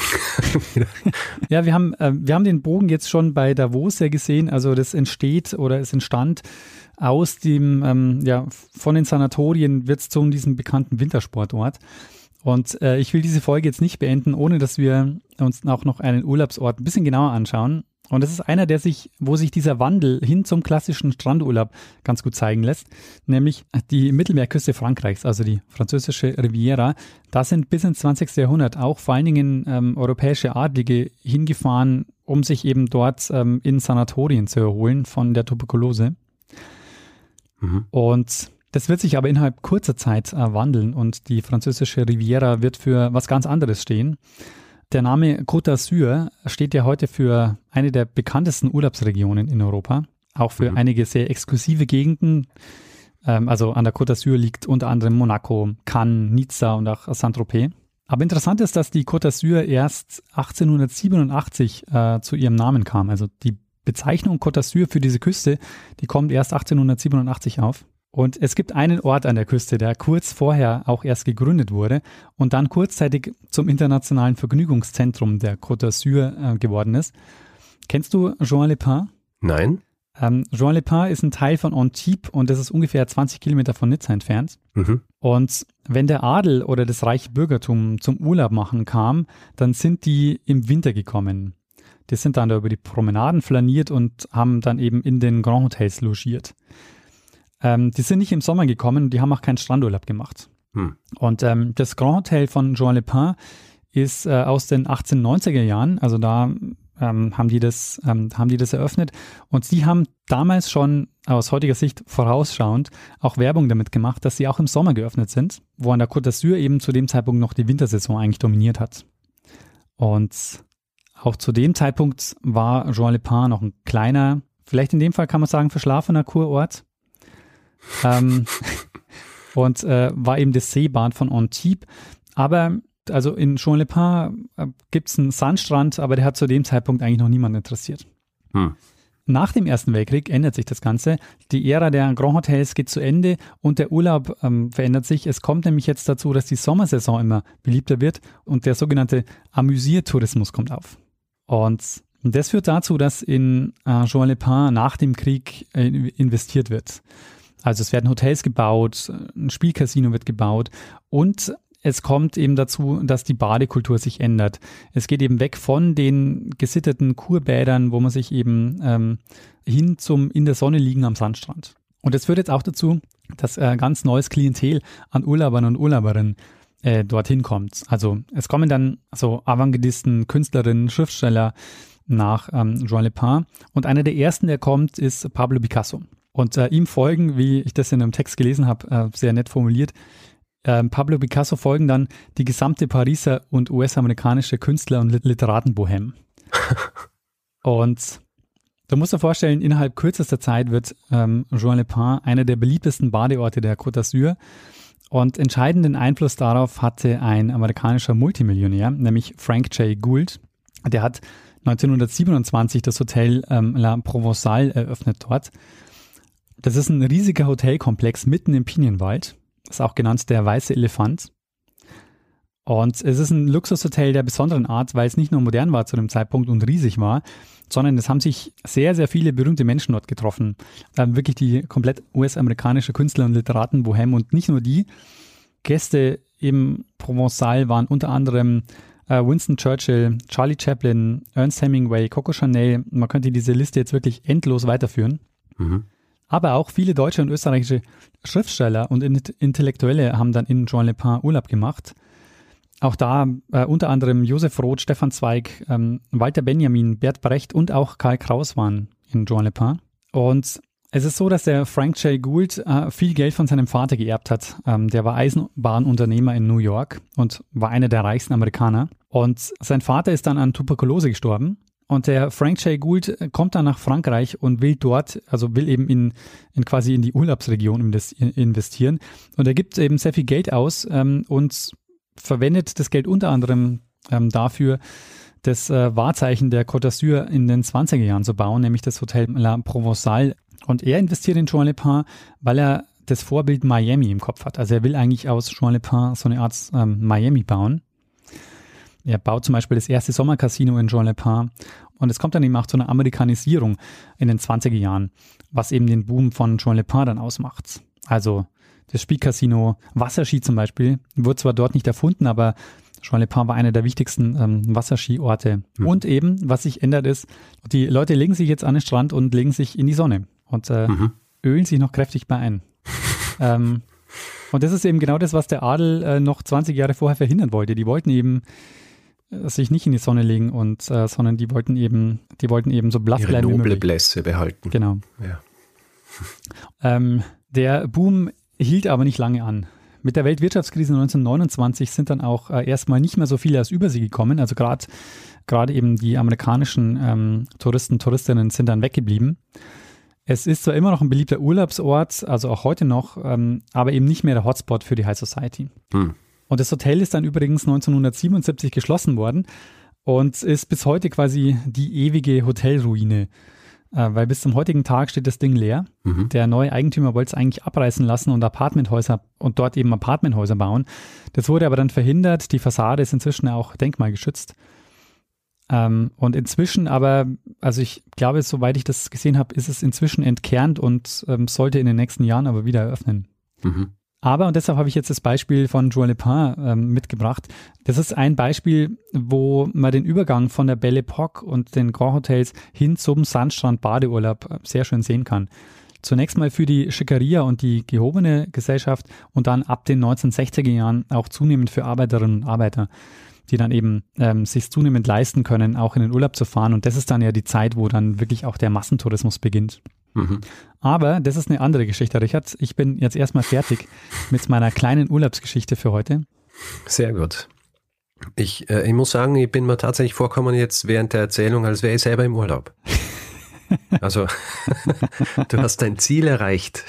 ja, wir haben, äh, wir haben den Bogen jetzt schon bei Davos ja gesehen. Also das entsteht oder es entstand aus dem, ähm, ja, von den Sanatorien wird es zu diesem bekannten Wintersportort. Und äh, ich will diese Folge jetzt nicht beenden, ohne dass wir uns auch noch einen Urlaubsort ein bisschen genauer anschauen. Und das ist einer, der sich, wo sich dieser Wandel hin zum klassischen Strandurlaub ganz gut zeigen lässt, nämlich die Mittelmeerküste Frankreichs, also die französische Riviera. Da sind bis ins zwanzigste Jahrhundert auch vor allen Dingen ähm, europäische Adlige hingefahren, um sich eben dort ähm, in Sanatorien zu erholen von der Tuberkulose. Mhm. Und das wird sich aber innerhalb kurzer Zeit äh, wandeln und die französische Riviera wird für was ganz anderes stehen. Der Name Côte d'Azur steht ja heute für eine der bekanntesten Urlaubsregionen in Europa, auch für mhm. einige sehr exklusive Gegenden. Ähm, also an der Côte d'Azur liegt unter anderem Monaco, Cannes, Nizza und auch Saint-Tropez. Aber interessant ist, dass die Côte d'Azur erst achtzehnhundertsiebenundachtzig äh, zu ihrem Namen kam. Also die Bezeichnung Côte d'Azur für diese Küste, die kommt erst achtzehnhundertsiebenundachtzig auf. Und es gibt einen Ort an der Küste, der kurz vorher auch erst gegründet wurde und dann kurzzeitig zum internationalen Vergnügungszentrum der Côte d'Azur äh, geworden ist. Kennst du Juan-les-Pins? Nein. Ähm, Juan-les-Pins ist ein Teil von Antibes und das ist ungefähr zwanzig Kilometer von Nizza entfernt. Mhm. Und wenn der Adel oder das reiche Bürgertum zum Urlaub machen kam, dann sind die im Winter gekommen. Die sind dann da über die Promenaden flaniert und haben dann eben in den Grand Hotels logiert. Ähm, die sind nicht im Sommer gekommen und die haben auch keinen Strandurlaub gemacht. Hm. Und ähm, das Grand Hotel von Juan-les-Pins ist äh, aus den achtzehnhundertneunziger Jahren, also da ähm, haben die das, ähm, haben die das eröffnet und sie haben damals schon aus heutiger Sicht vorausschauend auch Werbung damit gemacht, dass sie auch im Sommer geöffnet sind, wo an der Côte d'Azur eben zu dem Zeitpunkt noch die Wintersaison eigentlich dominiert hat. Und auch zu dem Zeitpunkt war Juan-les-Pins noch ein kleiner, vielleicht in dem Fall kann man sagen verschlafener Kurort. ähm, und äh, war eben das Seebad von Antibes. Aber also in Juan-les-Pins äh, gibt es einen Sandstrand, aber der hat zu dem Zeitpunkt eigentlich noch niemand interessiert. Hm. Nach dem Ersten Weltkrieg ändert sich das Ganze. Die Ära der Grand Hotels geht zu Ende und der Urlaub ähm, verändert sich. Es kommt nämlich jetzt dazu, dass die Sommersaison immer beliebter wird und der sogenannte Amüsiertourismus kommt auf. Und das führt dazu, dass in äh, Juan-les-Pins nach dem Krieg äh, investiert wird. Also es werden Hotels gebaut, ein Spielcasino wird gebaut und es kommt eben dazu, dass die Badekultur sich ändert. Es geht eben weg von den gesitteten Kurbädern, wo man sich eben ähm, hin zum in der Sonne liegen am Sandstrand. Und das führt jetzt auch dazu, dass äh, ganz neues Klientel an Urlaubern und Urlauberinnen äh, dorthin kommt. Also es kommen dann so Avantgardisten, Künstlerinnen, Schriftsteller nach ähm, Juan-les-Pins und einer der ersten, der kommt, ist Pablo Picasso. Und äh, ihm folgen, wie ich das in einem Text gelesen habe, äh, sehr nett formuliert, äh, Pablo Picasso folgen dann die gesamte Pariser und U S-amerikanische Künstler- und Literaten-Bohem. Und du musst dir vorstellen, innerhalb kürzester Zeit wird ähm, Juan-les-Pins einer der beliebtesten Badeorte der Côte d'Azur. Und entscheidenden Einfluss darauf hatte ein amerikanischer Multimillionär, nämlich Frank J. Gould. Der hat neunzehnhundertsiebenundzwanzig das Hotel ähm, La Provençale eröffnet dort. Das ist ein riesiger Hotelkomplex mitten im Pinienwald. Das ist auch genannt der Weiße Elefant. Und es ist ein Luxushotel der besonderen Art, weil es nicht nur modern war zu dem Zeitpunkt und riesig war, sondern es haben sich sehr, sehr viele berühmte Menschen dort getroffen. Ähm, wirklich die komplett U S-amerikanische Künstler und Literaten Bohem und nicht nur die. Gäste im Provençal waren unter anderem äh, Winston Churchill, Charlie Chaplin, Ernest Hemingway, Coco Chanel. Man könnte diese Liste jetzt wirklich endlos weiterführen. Mhm. Aber auch viele deutsche und österreichische Schriftsteller und Intellektuelle haben dann in Juan-les-Pins Urlaub gemacht. Auch da äh, unter anderem Josef Roth, Stefan Zweig, ähm, Walter Benjamin, Bert Brecht und auch Karl Kraus waren in Juan-les-Pins. Und Es ist so, dass der Frank Jay Gould äh, viel Geld von seinem Vater geerbt hat. Ähm, der war Eisenbahnunternehmer in New York und war einer der reichsten Amerikaner. Und sein Vater ist dann an Tuberkulose gestorben. Und der Frank Jay Gould kommt dann nach Frankreich und will dort, also will eben in, in quasi in die Urlaubsregion investieren. Und er gibt eben sehr viel Geld aus ähm, und verwendet das Geld unter anderem ähm, dafür, das äh, Wahrzeichen der Côte d'Azur in den zwanziger Jahren zu bauen, nämlich das Hotel La Provençale. Und er investiert in Juan Le Pin, weil er das Vorbild Miami im Kopf hat. Also er will eigentlich aus Juan Le Pin so eine Art ähm, Miami bauen. Er baut zum Beispiel das erste Sommercasino in Juan Le Pin. Und es kommt dann eben auch zu einer Amerikanisierung in den zwanziger Jahren, was eben den Boom von Juan Le Pin dann ausmacht. Also das Spielcasino, Wasserski zum Beispiel, wurde zwar dort nicht erfunden, aber Juan Le Pin war einer der wichtigsten ähm, Wasserskiorte. Mhm. Und eben, was sich ändert ist, die Leute legen sich jetzt an den Strand und legen sich in die Sonne und äh, mhm. ölen sich noch kräftig bei ein. ähm, und das ist eben genau das, was der Adel äh, noch zwanzig Jahre vorher verhindern wollte. Die wollten eben äh, sich nicht in die Sonne legen, und äh, sondern die wollten eben, die wollten eben so blass Ihre bleiben. Ihre noble wie möglich. Blässe behalten. Genau. Ja. ähm, der Boom hielt aber nicht lange an. Mit der Weltwirtschaftskrise neunzehnhundertneunundzwanzig sind dann auch äh, erstmal nicht mehr so viele aus Übersee gekommen. Also gerade gerade eben die amerikanischen ähm, Touristen, Touristinnen sind dann weggeblieben. Es ist zwar immer noch ein beliebter Urlaubsort, also auch heute noch, ähm, aber eben nicht mehr der Hotspot für die High Society. Hm. Und das Hotel ist dann übrigens neunzehnhundertsiebenundsiebzig geschlossen worden und ist bis heute quasi die ewige Hotelruine. Weil bis zum heutigen Tag steht das Ding leer. Mhm. Der neue Eigentümer wollte es eigentlich abreißen lassen und Apartmenthäuser und dort eben Apartmenthäuser bauen. Das wurde aber dann verhindert. Die Fassade ist inzwischen auch denkmalgeschützt. Ähm, und inzwischen aber, also ich glaube, soweit ich das gesehen habe, ist es inzwischen entkernt und ähm, sollte in den nächsten Jahren aber wieder eröffnen. Mhm. Aber, und deshalb habe ich jetzt das Beispiel von Juan Le Pin ähm, mitgebracht. Das ist ein Beispiel, wo man den Übergang von der Belle Époque und den Grand Hotels hin zum Sandstrand-Badeurlaub sehr schön sehen kann. Zunächst mal für die Schickeria und die gehobene Gesellschaft und dann ab den neunzehnhundertsechziger Jahren auch zunehmend für Arbeiterinnen und Arbeiter, die dann eben ähm, sich zunehmend leisten können, auch in den Urlaub zu fahren. Und das ist dann ja die Zeit, wo dann wirklich auch der Massentourismus beginnt. Mhm. Aber das ist eine andere Geschichte, Richard. Ich bin jetzt erstmal fertig mit meiner kleinen Urlaubsgeschichte für heute. Sehr gut. Ich, äh, ich muss sagen, ich bin mir tatsächlich vorgekommen jetzt während der Erzählung, als wäre ich selber im Urlaub. Also, du hast dein Ziel erreicht.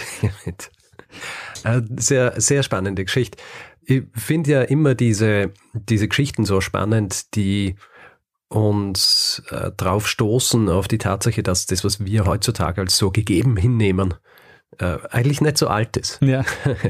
äh, sehr, sehr spannende Geschichte. Ich finde ja immer diese, diese Geschichten so spannend, die und äh, drauf stoßen auf die Tatsache, dass das, was wir heutzutage als so gegeben hinnehmen, äh, eigentlich nicht so alt ist. Ja.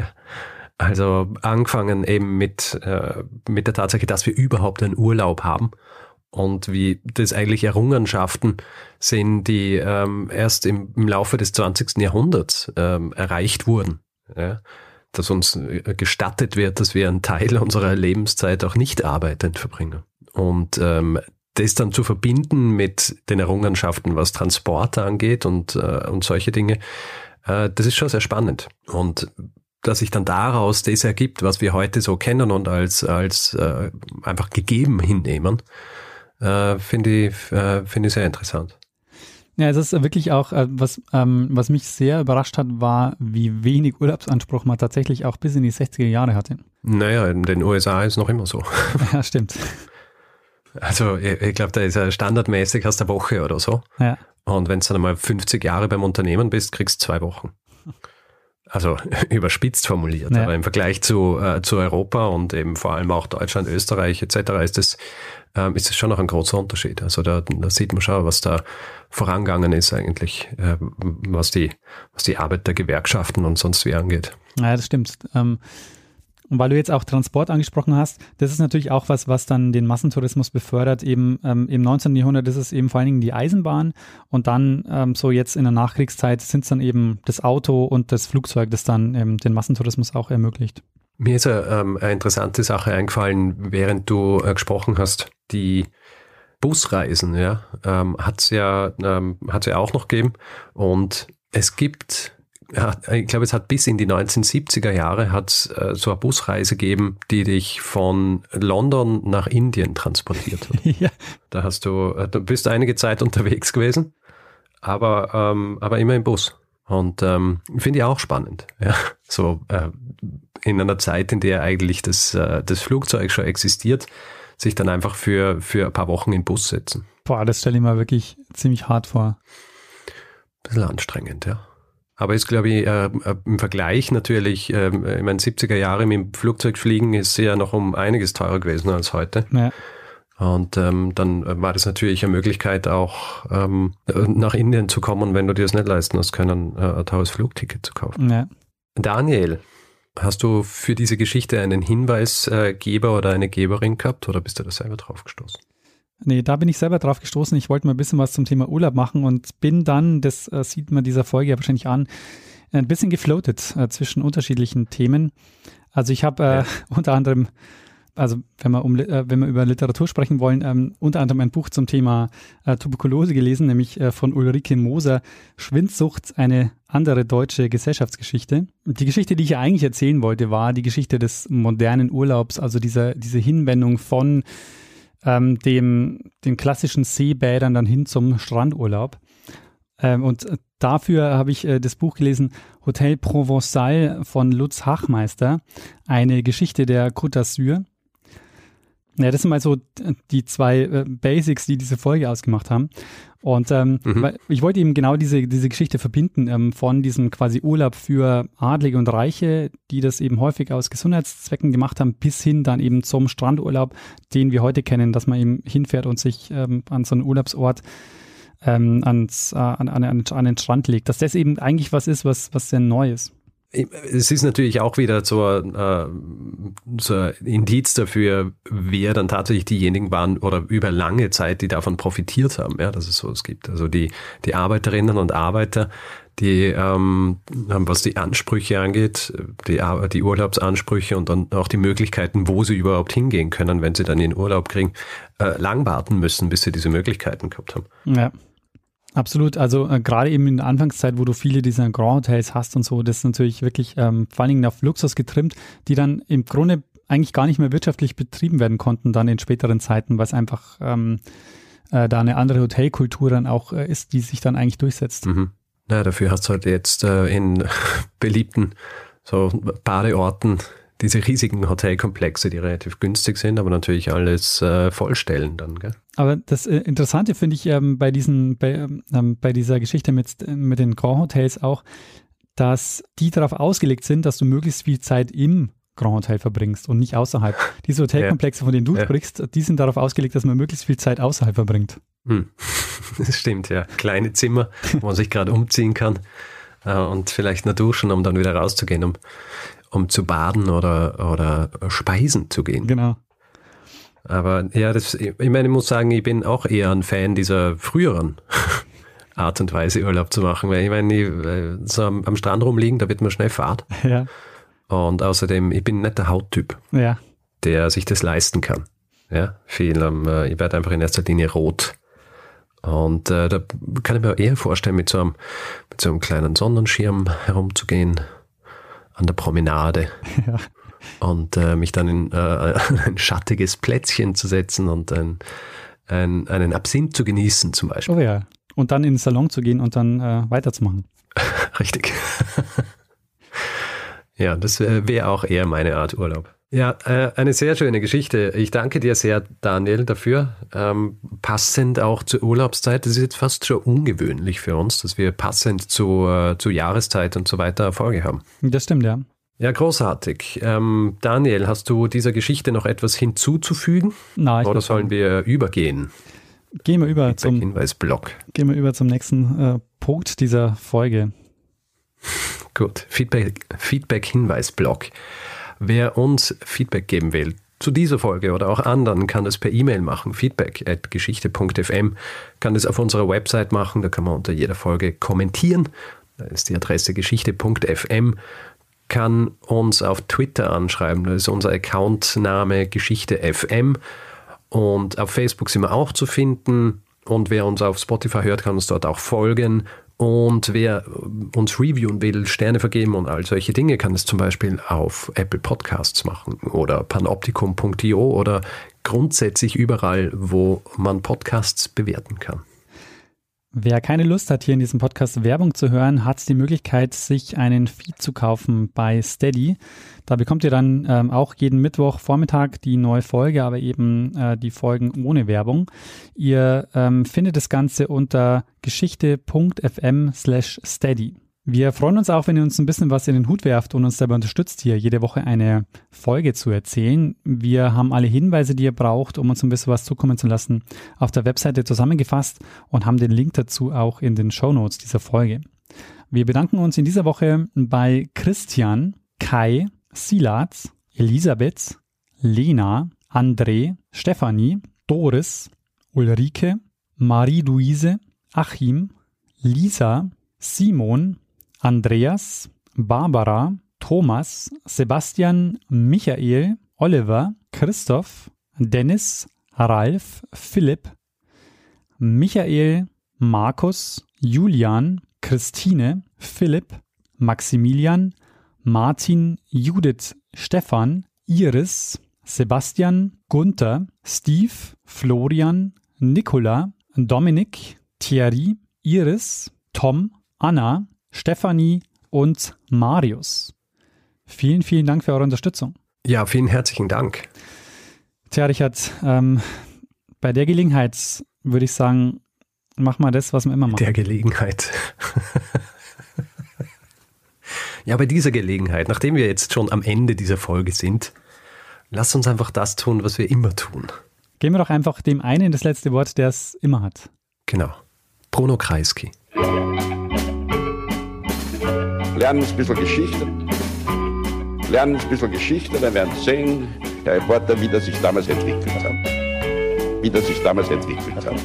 Also angefangen eben mit, äh, mit der Tatsache, dass wir überhaupt einen Urlaub haben und wie das eigentlich Errungenschaften sind, die ähm, erst im, im Laufe des zwanzigsten Jahrhunderts ähm, erreicht wurden. Ja? Dass uns gestattet wird, dass wir einen Teil unserer Lebenszeit auch nicht arbeitend verbringen. Und ähm, das dann zu verbinden mit den Errungenschaften, was Transporte angeht und, äh, und solche Dinge, äh, das ist schon sehr spannend. Und dass sich dann daraus das ergibt, was wir heute so kennen und als, als äh, einfach gegeben hinnehmen, äh, finde ich, äh, finde ich sehr interessant. Ja, es ist wirklich auch, äh, was, ähm, was mich sehr überrascht hat, war, wie wenig Urlaubsanspruch man tatsächlich auch bis in die sechziger Jahre hatte. Naja, in den U S A ist es noch immer so. Ja, stimmt. Also ich, ich glaube, da ist ja standardmäßig hast du eine Woche oder so. Ja. Und wenn du dann einmal fünfzig Jahre beim Unternehmen bist, kriegst du zwei Wochen. Also überspitzt formuliert. Ja. Aber im Vergleich zu, äh, zu Europa und eben vor allem auch Deutschland, Österreich et cetera ist das, ähm, ist das schon noch ein großer Unterschied. Also da, da sieht man schon, was da vorangegangen ist eigentlich, äh, was die, was die Arbeit der Gewerkschaften und sonst wie angeht. Ja, das stimmt. Ähm, Und weil du jetzt auch Transport angesprochen hast, das ist natürlich auch was, was dann den Massentourismus befördert. Eben ähm, im neunzehnten Jahrhundert ist es eben vor allen Dingen die Eisenbahn und dann ähm, so jetzt in der Nachkriegszeit sind es dann eben das Auto und das Flugzeug, das dann ähm, den Massentourismus auch ermöglicht. Mir ist eine, ähm, eine interessante Sache eingefallen, während du äh, gesprochen hast. Die Busreisen, ja, ähm, hat es ja, ähm, hat's ja auch noch gegeben und es gibt... Ja, ich glaube, es hat bis in die neunzehnhundertsiebziger Jahre hat äh, so eine Busreise gegeben, die dich von London nach Indien transportiert hat. Ja. Da hast du, du bist einige Zeit unterwegs gewesen, aber, ähm, aber immer im Bus. Und ähm, finde ich auch spannend. Ja. So äh, in einer Zeit, in der eigentlich das, äh, das Flugzeug schon existiert, sich dann einfach für, für ein paar Wochen in den Bus setzen. Boah, das stelle ich mir wirklich ziemlich hart vor. Bisschen anstrengend, ja. Aber ist, glaube ich, äh, im Vergleich natürlich, äh, ich meine, siebziger Jahre mit dem Flugzeug fliegen ist ja noch um einiges teurer gewesen als heute. Ja. Und ähm, dann war das natürlich eine Möglichkeit, auch ähm, nach Indien zu kommen, wenn du dir das nicht leisten hast können, äh, ein teures Flugticket zu kaufen. Ja. Daniel, hast du für diese Geschichte einen Hinweisgeber oder eine Geberin gehabt oder bist du da selber drauf gestoßen? Nee, da bin ich selber drauf gestoßen. Ich wollte mal ein bisschen was zum Thema Urlaub machen und bin dann, das äh, sieht man dieser Folge ja wahrscheinlich an, ein bisschen gefloatet äh, zwischen unterschiedlichen Themen. Also ich habe äh, ja. unter anderem, also wenn wir, um, äh, wenn wir über Literatur sprechen wollen, ähm, unter anderem ein Buch zum Thema äh, Tuberkulose gelesen, nämlich äh, von Ulrike Moser, Schwindsucht, eine andere deutsche Gesellschaftsgeschichte. Und die Geschichte, die ich ja eigentlich erzählen wollte, war die Geschichte des modernen Urlaubs, also dieser, diese Hinwendung von ähm, dem, den klassischen Seebädern dann hin zum Strandurlaub. Ähm, und dafür habe ich äh, das Buch gelesen, Hotel Provençal von Lutz Hachmeister, eine Geschichte der Côte d'Azur. Ja, das sind mal so die zwei äh, Basics, die diese Folge ausgemacht haben. Und ähm, mhm. weil ich wollte eben genau diese, diese Geschichte verbinden ähm, von diesem quasi Urlaub für Adlige und Reiche, die das eben häufig aus Gesundheitszwecken gemacht haben, bis hin dann eben zum Strandurlaub, den wir heute kennen, dass man eben hinfährt und sich ähm, an so einen Urlaubsort ähm, ans, äh, an, an, an den Strand legt. Dass das eben eigentlich was ist, was, was sehr neu ist. Es ist natürlich auch wieder so ein, äh, so ein Indiz dafür, wer dann tatsächlich diejenigen waren oder über lange Zeit, die davon profitiert haben, ja, dass es sowas gibt. Also die, die Arbeiterinnen und Arbeiter, die, ähm, was die Ansprüche angeht, die, die Urlaubsansprüche und dann auch die Möglichkeiten, wo sie überhaupt hingehen können, wenn sie dann ihren Urlaub kriegen, äh, lang warten müssen, bis sie diese Möglichkeiten gehabt haben. Ja. Absolut, also äh, gerade eben in der Anfangszeit, wo du viele dieser Grand Hotels hast und so, das ist natürlich wirklich ähm, vor allen Dingen auf Luxus getrimmt, die dann im Grunde eigentlich gar nicht mehr wirtschaftlich betrieben werden konnten dann in späteren Zeiten, weil es einfach ähm, äh, da eine andere Hotelkultur dann auch äh, ist, die sich dann eigentlich durchsetzt. Mhm. Na, dafür hast du halt jetzt äh, in beliebten so Badeorten diese riesigen Hotelkomplexe, die relativ günstig sind, aber natürlich alles äh, vollstellen dann, gell? Aber das äh, Interessante finde ich ähm, bei diesen, bei, ähm, bei dieser Geschichte mit, mit den Grand Hotels auch, dass die darauf ausgelegt sind, dass du möglichst viel Zeit im Grand Hotel verbringst und nicht außerhalb. Diese Hotelkomplexe, ja. von denen du ja. sprichst, die sind darauf ausgelegt, dass man möglichst viel Zeit außerhalb verbringt. Hm. Das stimmt, ja. Kleine Zimmer, wo man sich gerade umziehen kann äh, und vielleicht nur duschen, um dann wieder rauszugehen, um um zu baden oder, oder speisen zu gehen. Genau. Aber ja, das, ich meine, ich muss sagen, ich bin auch eher ein Fan dieser früheren Art und Weise, Urlaub zu machen, weil ich meine, so am, am Strand rumliegen, da wird man schnell fad. Ja. Und außerdem, ich bin nicht der Hauttyp, ja. der sich das leisten kann. Ja, viel, um, ich werde einfach in erster Linie rot. Und äh, da kann ich mir eher vorstellen, mit so einem, mit so einem kleinen Sonnenschirm herumzugehen, an der Promenade ja. und äh, mich dann in äh, ein schattiges Plätzchen zu setzen und ein, ein, einen Absinth zu genießen zum Beispiel. Oh ja, und dann in den Salon zu gehen und dann äh, weiterzumachen. Richtig. Ja, das wäre auch eher meine Art Urlaub. Ja, äh, eine sehr schöne Geschichte. Ich danke dir sehr, Daniel, dafür. Ähm, passend auch zur Urlaubszeit. Das ist jetzt fast schon ungewöhnlich für uns, dass wir passend zu, äh, zur Jahreszeit und so weiter Erfolge haben. Das stimmt, ja. Ja, großartig. Ähm, Daniel, hast du dieser Geschichte noch etwas hinzuzufügen? Nein. Oder sollen wir übergehen? Gehen wir über zum Hinweisblock. Gehen wir über zum nächsten äh, Punkt dieser Folge. Gut, Feedback, Feedback-Hinweisblock. Wer uns Feedback geben will zu dieser Folge oder auch anderen, kann das per E-Mail machen. feedback at geschichte punkt f m, kann das auf unserer Website machen. Da kann man unter jeder Folge kommentieren. Da ist die Adresse geschichte punkt f m. Kann uns auf Twitter anschreiben. Da ist unser Accountname Geschichte F M. Und auf Facebook sind wir auch zu finden. Und wer uns auf Spotify hört, kann uns dort auch folgen. Und wer uns reviewen will, Sterne vergeben und all solche Dinge, kann es zum Beispiel auf Apple Podcasts machen oder panoptikum punkt i o oder grundsätzlich überall, wo man Podcasts bewerten kann. Wer keine Lust hat, hier in diesem Podcast Werbung zu hören, hat die Möglichkeit, sich einen Feed zu kaufen bei Steady. Da bekommt ihr dann ähm, auch jeden Mittwoch Vormittag die neue Folge, aber eben äh, die Folgen ohne Werbung. Ihr ähm, findet das Ganze unter geschichte.fm slash steady. Wir freuen uns auch, wenn ihr uns ein bisschen was in den Hut werft und uns dabei unterstützt, hier jede Woche eine Folge zu erzählen. Wir haben alle Hinweise, die ihr braucht, um uns ein bisschen was zukommen zu lassen, auf der Webseite zusammengefasst und haben den Link dazu auch in den Shownotes dieser Folge. Wir bedanken uns in dieser Woche bei Christian, Kai, Silas, Elisabeth, Lena, André, Stefanie, Doris, Ulrike, Marie-Louise, Achim, Lisa, Simon, Andreas, Barbara, Thomas, Sebastian, Michael, Oliver, Christoph, Dennis, Ralf, Philipp, Michael, Markus, Julian, Christine, Philipp, Maximilian, Martin, Judith, Stefan, Iris, Sebastian, Gunther, Steve, Florian, Nicola, Dominik, Thierry, Iris, Tom, Anna, Stefanie und Marius. Vielen, vielen Dank für eure Unterstützung. Ja, vielen herzlichen Dank. Tja, Richard, ähm, bei der Gelegenheit würde ich sagen, mach mal das, was wir immer machen. Der Gelegenheit. Ja, bei dieser Gelegenheit, nachdem wir jetzt schon am Ende dieser Folge sind, lass uns einfach das tun, was wir immer tun. Geben wir doch einfach dem einen das letzte Wort, der es immer hat. Genau. Bruno Kreisky. Lernen ein bisschen Geschichte. Lernen ein bisschen Geschichte, dann werden Sie sehen, der Reporter, wie das sich damals entwickelt hat. Wie das sich damals entwickelt hat.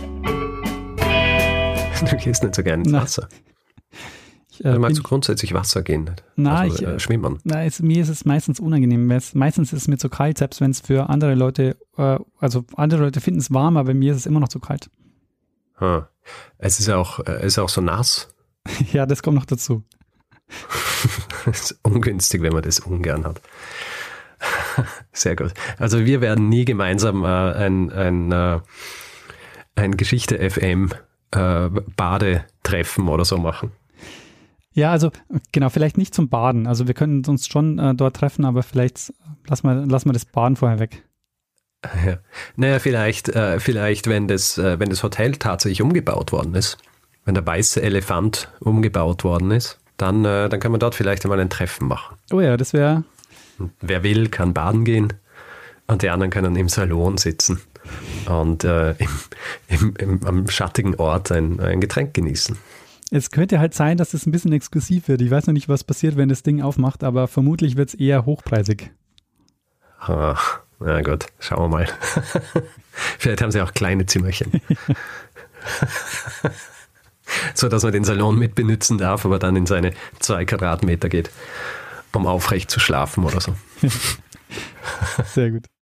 Du gehst nicht so gerne ins Wasser. Ich, äh, magst du grundsätzlich Wasser gehen? Nein, also, ich, äh, schwimmen. Na, es, mir ist es meistens unangenehm. Meistens ist es mir zu kalt, selbst wenn es für andere Leute, äh, also andere Leute finden es warm, aber mir ist es immer noch zu kalt. Hm. Es ist auch, es ist auch so nass. Ja, das kommt noch dazu. Das ist ungünstig, wenn man das ungern hat. Sehr gut. Also wir werden nie gemeinsam äh, ein, ein, äh, ein Geschichte-F M äh, Badetreffen oder so machen. Ja, also genau, vielleicht nicht zum Baden. Also wir können uns schon äh, dort treffen, aber vielleicht lassen wir, lassen wir das Baden vorher weg. Ja. Naja, vielleicht, äh, vielleicht wenn, das, äh, wenn das Hotel tatsächlich umgebaut worden ist, wenn der weiße Elefant umgebaut worden ist, dann, äh, dann kann man dort vielleicht einmal ein Treffen machen. Oh ja, das wäre... Wer will, kann baden gehen und die anderen können im Salon sitzen und äh, im, im, im, am schattigen Ort ein, ein Getränk genießen. Es könnte halt sein, dass es ein bisschen exklusiv wird. Ich weiß noch nicht, was passiert, wenn das Ding aufmacht, aber vermutlich wird es eher hochpreisig. Ach, na gut, schauen wir mal. Vielleicht haben sie auch kleine Zimmerchen. So, dass man den Salon mit benutzen darf, aber dann in seine zwei Quadratmeter geht, um aufrecht zu schlafen oder so. Sehr gut.